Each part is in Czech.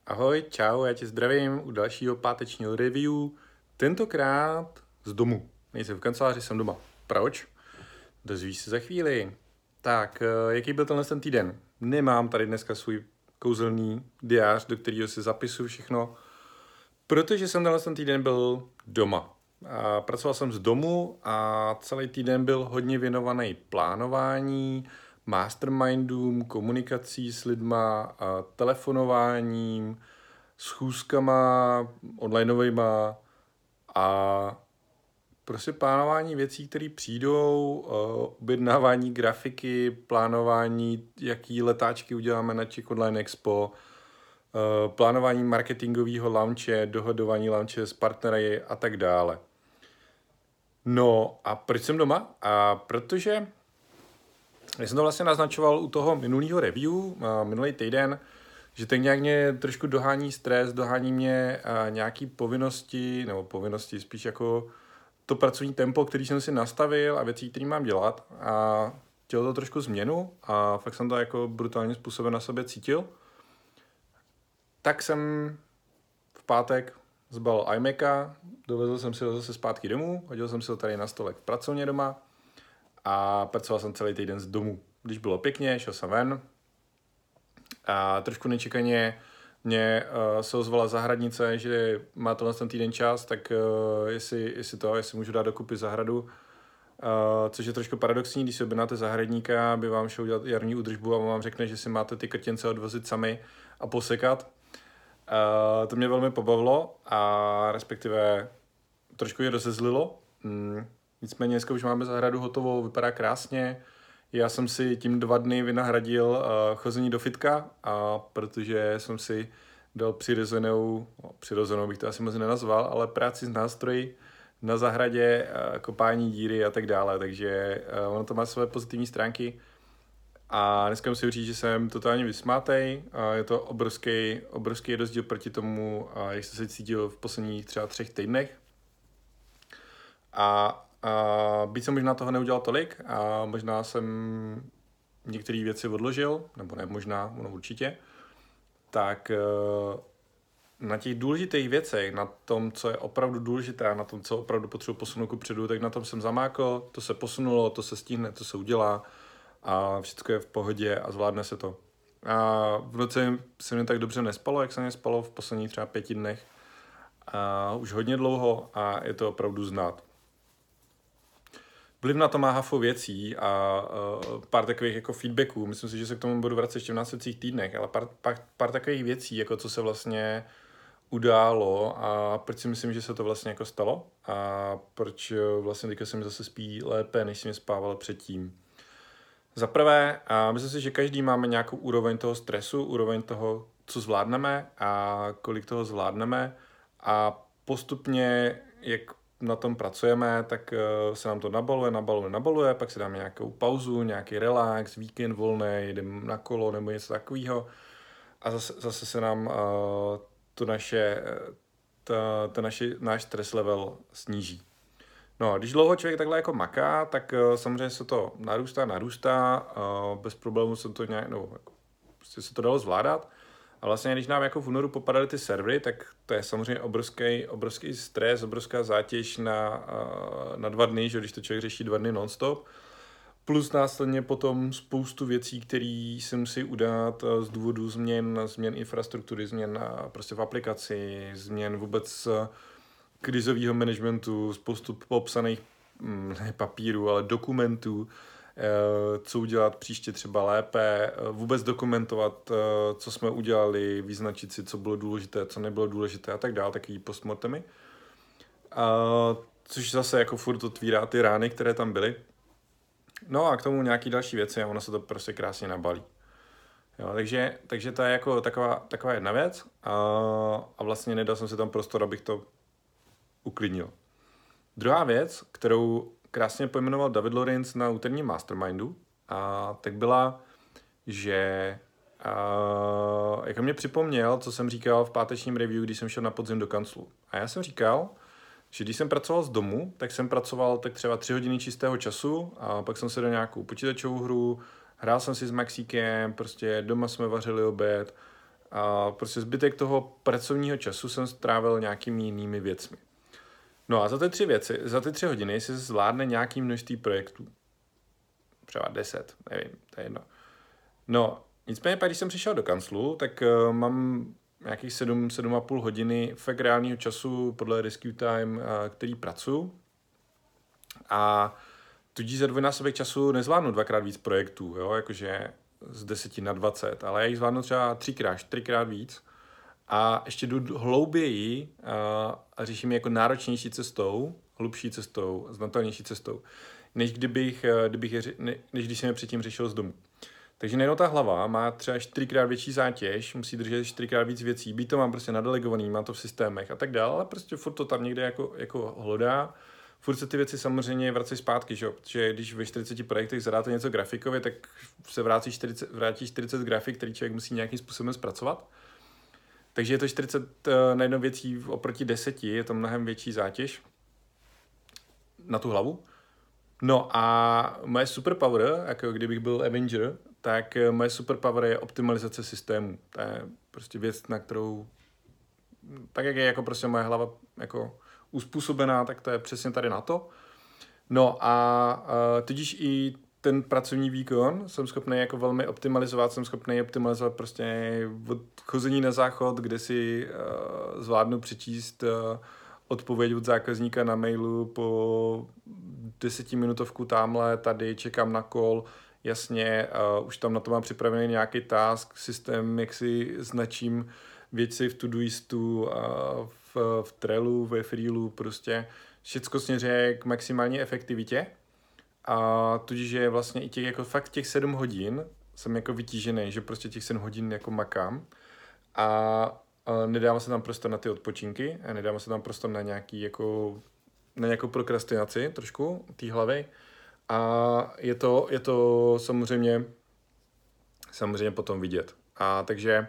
Ahoj, čau, já tě zdravím u dalšího pátečního review, tentokrát z domu. Nejsem v kanceláři, jsem doma. Proč? Dozvíš se za chvíli. Tak, jaký byl tenhle ten týden? Nemám tady dneska svůj kouzelný diář, do kterého si zapisuju všechno, protože jsem tenhle ten týden byl doma. A pracoval jsem z domu a celý týden byl hodně věnovaný plánování, mastermindům, komunikací s lidma, a telefonováním, schůzkama, onlineovejma a prostě plánování věcí, které přijdou, objednávání grafiky, plánování, jaký letáčky uděláme na Czech Online Expo, plánování marketingového launche, dohodování launche s partnery a tak dále. No a proč jsem doma? A protože já jsem to vlastně naznačoval u toho minulého review, minulý týden, že tak nějak mě trošku dohání stres, dohání mě nějaký povinnosti, spíš jako to pracovní tempo, který jsem si nastavil a věcí, které mám dělat a chtěl to trošku změnu a fakt jsem to jako brutálním způsobem na sobě cítil. Tak jsem v pátek zbalil iMaca, dovezl jsem si ho zase zpátky domů, hodil jsem si ho tady na stolek v pracovně doma a pracoval jsem celý týden z domu. Když bylo pěkně, šel jsem ven a trošku nečekaně mě se ozvala zahradnice, že má tohle ten týden čas, tak jestli můžu dát dokupy zahradu, což je trošku paradoxní, když si objednáte zahradníka, by vám šel udělat jarní údržbu a on vám řekne, že si máte ty krtěnce odvozit sami a posekat. To mě velmi pobavilo a respektive trošku je rozezlilo. Nicméně dneska už máme zahradu hotovou, vypadá krásně. Já jsem si tím 2 dny vynahradil chození do fitka, protože jsem si dal přirozenou bych to asi moc nenazval, ale práci s nástroji na zahradě, kopání díry a tak dále, takže ono to má své pozitivní stránky. A dneska musím říct, že jsem totálně vysmátej. Je to obrovský rozdíl proti tomu, jak jsem se cítil v posledních třeba 3 týdnech. A byť jsem možná toho neudělal tolik a možná jsem některé věci odložil, nebo ne možná, ono určitě, tak na těch důležitých věcech, na tom, co je opravdu důležité, na tom, co opravdu potřebuji posunout kupředu, tak na tom jsem zamákl, to se posunulo, to se stihne, to se udělá a všechno je v pohodě a zvládne se to. A v noci se mě tak dobře nespalo, jak se mě spalo v posledních třeba 5 dnech. A už hodně dlouho a je to opravdu znát. Vliv na to má hafo věcí a pár takových jako feedbacků. Myslím si, že se k tomu budu vracet ještě v následujících týdnech, ale pár takových věcí, jako co se vlastně událo a proč si myslím, že se to vlastně jako stalo a proč vlastně teďka se mi zase spí lépe, než si mě spával předtím. Za prvé, myslím si, že každý máme nějakou úroveň toho stresu, úroveň toho, co zvládneme a kolik toho zvládneme a postupně, jak na tom pracujeme, tak se nám to nabaluje, pak si dáme nějakou pauzu, nějaký relax, víkend volný, jdeme na kolo nebo něco takového a zase se nám náš stres level sníží. No, když dlouho člověk takhle jako maká, tak samozřejmě se to narůstá, bez problémů se to nějak, prostě se to dalo zvládat. A vlastně, když nám jako v únoru popadaly ty servery, tak to je samozřejmě obrovský stres, obrovská zátěž na 2 dny, že když to člověk řeší 2 dny non-stop. Plus následně potom spoustu věcí, které si musí udělat z důvodu změn infrastruktury, změn prostě v aplikaci, změn vůbec krizového managementu, spoustu popsaných ne papírů, ale dokumentů, co udělat příště třeba lépe, vůbec dokumentovat, co jsme udělali, vyznačit si, co bylo důležité, co nebylo důležité a tak dále, takový postmortemy. Což zase jako furt otvírá ty rány, které tam byly. No a k tomu nějaký další věci a ono se to prostě krásně nabalí. Jo, takže to je jako taková jedna věc a vlastně nedal jsem si tam prostor, abych to uklidnil. Druhá věc, kterou krásně pojmenoval David Lorenz na úterním mastermindu, tak byla, že jako mě připomněl, co jsem říkal v pátečním review, když jsem šel na podzim do kanclu. A já jsem říkal, že když jsem pracoval z domu, tak jsem pracoval tak třeba 3 hodiny čistého času a pak jsem se do nějakou počítačovou hru, hrál jsem si s Maxíkem, prostě doma jsme vařili oběd A prostě zbytek toho pracovního času jsem strávil nějakými jinými věcmi. No a za ty 3 hodiny se zvládne nějaký množství projektů. Třeba 10, nevím, to je jedno. No, nicméně pak, když jsem přišel do kanclu, tak mám nějakých 7,5 hodiny fakt reálního času podle Rescue Time, který pracuji. A tudíž za dvojnásobek času nezvládnu 2x víc projektů, jo? Jakože z 10 na 20, ale já jich zvládnu třeba 3x, 4x víc. A ještě jdu hlouběji a řeším je jako náročnější cestou, hlubší cestou, znatelnější cestou, než když jsem je předtím řešil z domu. Takže nejenom ta hlava má třeba 4x větší zátěž, musí držet 4x víc věcí, být to mám prostě nadelegovaný, mám to v systémech a tak dále, ale prostě furt to tam někde jako hlodá. Furt se ty věci samozřejmě vrací zpátky, že jo? Protože když ve 40 projektech zadáte něco grafikově, tak se vrátí 40 grafik, který člověk musí nějakým způsobem zpracovat. Takže je to 40 na jedno věcí oproti 10, je to mnohem větší zátěž na tu hlavu. No a moje superpower, jako kdybych byl Avenger, tak moje superpower je optimalizace systému. To je prostě věc, na kterou, tak jak je jako prostě moje hlava jako uspůsobená, tak to je přesně tady na to. No a tudíž i ten pracovní výkon jsem schopný jako velmi optimalizovat, prostě od chození na záchod, kde si zvládnu přečíst odpověď od zákazníka na mailu po 10minutovku tamhle, tady čekám na call, jasně, už tam na to mám připravený nějaký task, systém, jak si značím věci v Todoistu, v Trellu, ve Freelu, prostě všecko směřuje k maximální efektivitě. A tudíž je vlastně i těch 7 hodin jsem jako vytížený, že prostě těch 7 hodin jako makám a nedává se tam prostor na ty odpočinky a nedává se tam prostor na na nějakou prokrastinaci trošku té hlavy a je to samozřejmě potom vidět. A takže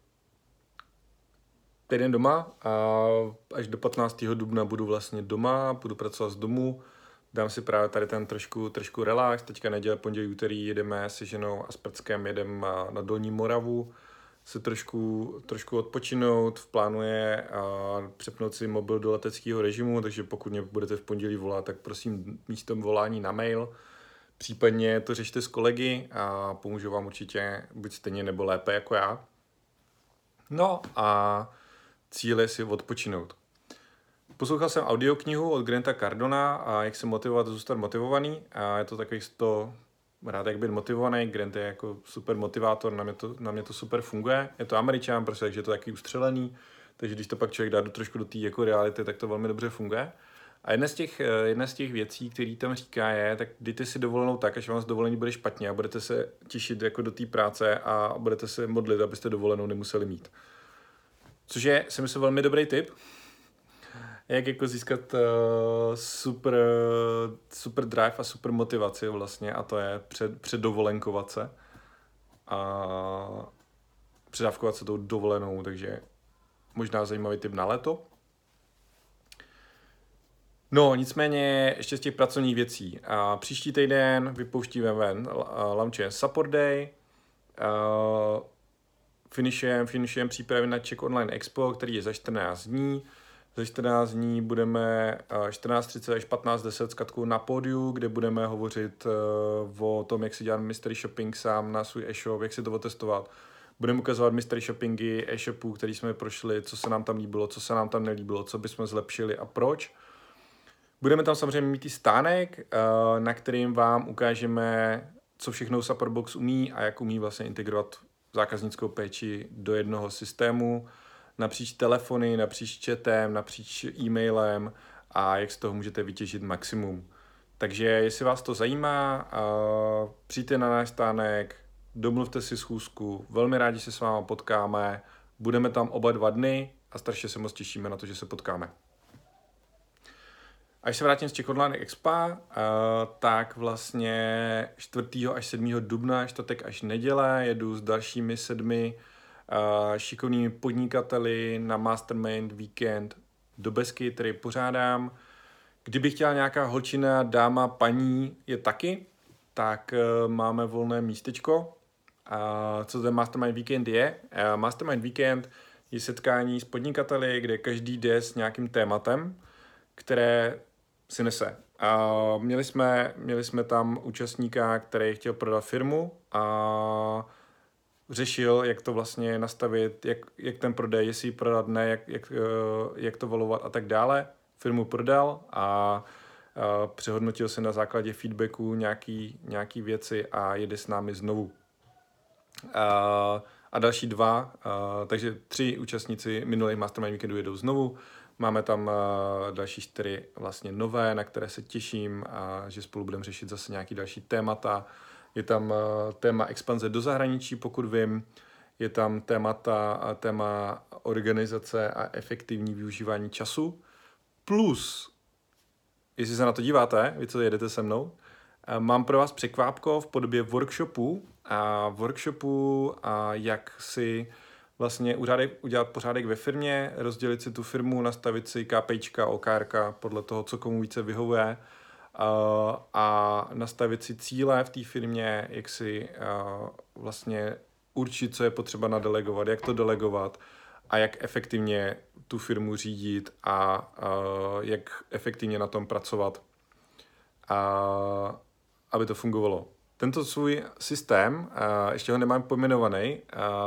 týden doma a až do 15. dubna budu vlastně doma, budu pracovat z domu, dám si právě tady ten trošku relax, teďka neděle, pondělí, úterý jedeme se ženou a s prckem jedeme na Dolní Moravu se trošku odpočinout, v plánu je přepnout si mobil do leteckého režimu, takže pokud mě budete v pondělí volat, tak prosím místo volání na mail, případně to řešte s kolegy a pomůžu vám určitě buď stejně nebo lépe jako já. No a cíl je si odpočinout. Poslouchal jsem audioknihu od Granta Cardona a jak se motivovat a zůstat motivovaný. A je to takový rád jak být motivovaný. Grant je jako super motivátor, na mě to super funguje. Je to Američan, prostě, takže je to taky ustřelený. Takže když to pak člověk dá trošku do té jako reality, tak to velmi dobře funguje. A jedna z těch věcí, který tam říká je, tak dejte si dovolenou tak, až vám z dovolení bude špatně a budete se těšit jako do té práce a budete se modlit, abyste dovolenou nemuseli mít. Což je, si myslím, velmi dobrý tip. Jak jako získat super drive a super motivaci vlastně a to je předovolenkovat se a předávkovat se tou dovolenou, takže možná zajímavý tip na léto. No, nicméně ještě z těch pracovních věcí. Příští týden vypouštíme ven, launchuje Support Day, finishujeme přípravy na Czech Online Expo, který je za 14 dní. Za 14 dní budeme 14.30 až 15.10 s Katkou na pódiu, kde budeme hovořit o tom, jak si dělat mystery shopping sám na svůj e-shop, jak si to otestovat. Budeme ukazovat mystery shoppingy e-shopů, který jsme prošli, co se nám tam líbilo, co se nám tam nelíbilo, co bychom zlepšili a proč. Budeme tam samozřejmě mít i stánek, na kterým vám ukážeme, co všechno Supportbox umí a jak umí vlastně integrovat zákaznickou péči do jednoho systému, napříč telefony, napříč chatem, napříč e-mailem a jak z toho můžete vytěžit maximum. Takže jestli vás to zajímá, přijďte na náš stánek, domluvte si schůzku, velmi rádi se s vámi potkáme, budeme tam oba 2 dny a strašně se moc těšíme na to, že se potkáme. Až se vrátím z Czech Online Expa, tak vlastně 4. až 7. dubna, čtvrtek až neděle, jedu s dalšími 7 šikovnými podnikateli na Mastermind Weekend do Besky, který pořádám. Kdyby chtěla nějaká holčina, dáma, paní je taky, tak máme volné místečko co ten Mastermind Weekend je? Mastermind Weekend je setkání s podnikateli, kde každý jde s nějakým tématem, které si nese. Měli jsme tam účastníka, který chtěl prodat firmu a řešil, jak to vlastně nastavit, jak ten prodej, jestli ji prodat, ne, jak to volovat a tak dále. Firmu prodal a přehodnotil se na základě feedbacku nějaký věci a jede s námi znovu. A další 2, takže 3 účastníci minulých Mastermind Weekendů jedou znovu. Máme tam další 4 vlastně nové, na které se těším a že spolu budeme řešit zase nějaký další témata. Je tam téma expanze do zahraničí, pokud vím. Je tam téma organizace a efektivní využívání času. Plus, jestli se na to díváte, vy co jedete se mnou, mám pro vás překvápko v podobě workshopu, jak si vlastně udělat pořádek ve firmě, rozdělit si tu firmu, nastavit si KPIčka, OKRka podle toho, co komu více vyhovuje a nastavit si cíle v té firmě, jak si vlastně určit, co je potřeba nadelegovat, jak to delegovat a jak efektivně tu firmu řídit a jak efektivně na tom pracovat, aby to fungovalo. Tento svůj systém, ještě ho nemám pojmenovaný,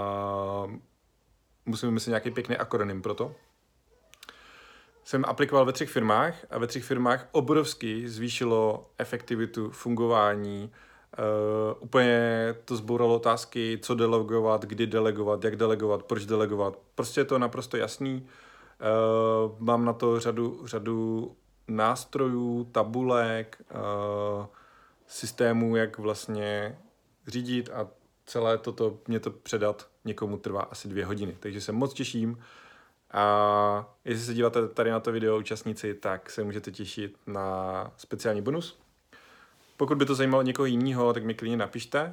musím vymyslet nějaký pěkný akronym pro to. Jsem aplikoval ve 3 firmách a ve 3 firmách obrovsky zvýšilo efektivitu fungování. Úplně to zbouralo otázky, co delegovat, kdy delegovat, jak delegovat, proč delegovat. Prostě je to naprosto jasný. Mám na to řadu nástrojů, tabulek, systémů, jak vlastně řídit a celé mě to předat někomu trvá asi 2 hodiny. Takže se moc těším. A jestli se díváte tady na to video účastníci, tak se můžete těšit na speciální bonus. Pokud by to zajímalo někoho jiného, tak mi klidně napište.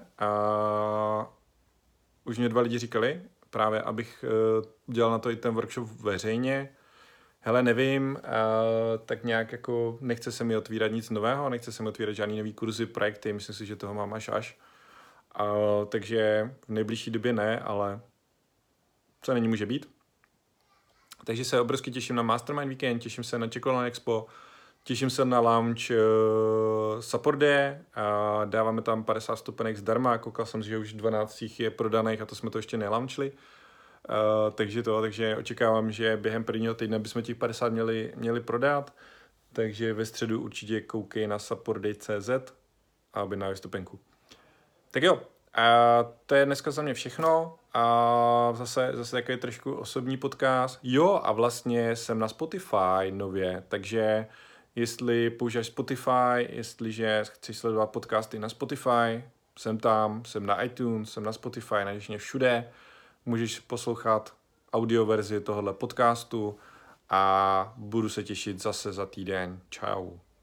Už mě 2 lidi říkali, právě abych dělal na to i ten workshop veřejně. Hele, nevím, tak nějak jako nechce se mi otvírat nic nového, nechce se mi otvírat žádný nový kurzy, projekty, myslím si, že toho mám až. Takže v nejbližší době ne, ale co není, může být. Takže se obrovsky těším na Mastermind Weekend, těším se na Čekolan Expo, těším se na launch Support Day, dáváme tam 50 stupenek zdarma, koukal jsem, že už 12 je prodaných a to jsme to ještě nelaunchli. Takže očekávám, že během prvního týdne bychom těch 50 měli prodat, takže ve středu určitě koukej na supportday.cz a objednávej vystupenku. Tak jo, to je dneska za mě všechno a zase takový trošku osobní podcast. Jo, a vlastně jsem na Spotify nově, takže jestli používáš Spotify, jestliže chceš sledovat podcasty na Spotify, jsem tam, jsem na iTunes, jsem na Spotify, najdeš mě všude. Můžeš poslouchat audioverzi tohohle podcastu a budu se těšit zase za týden. Čau.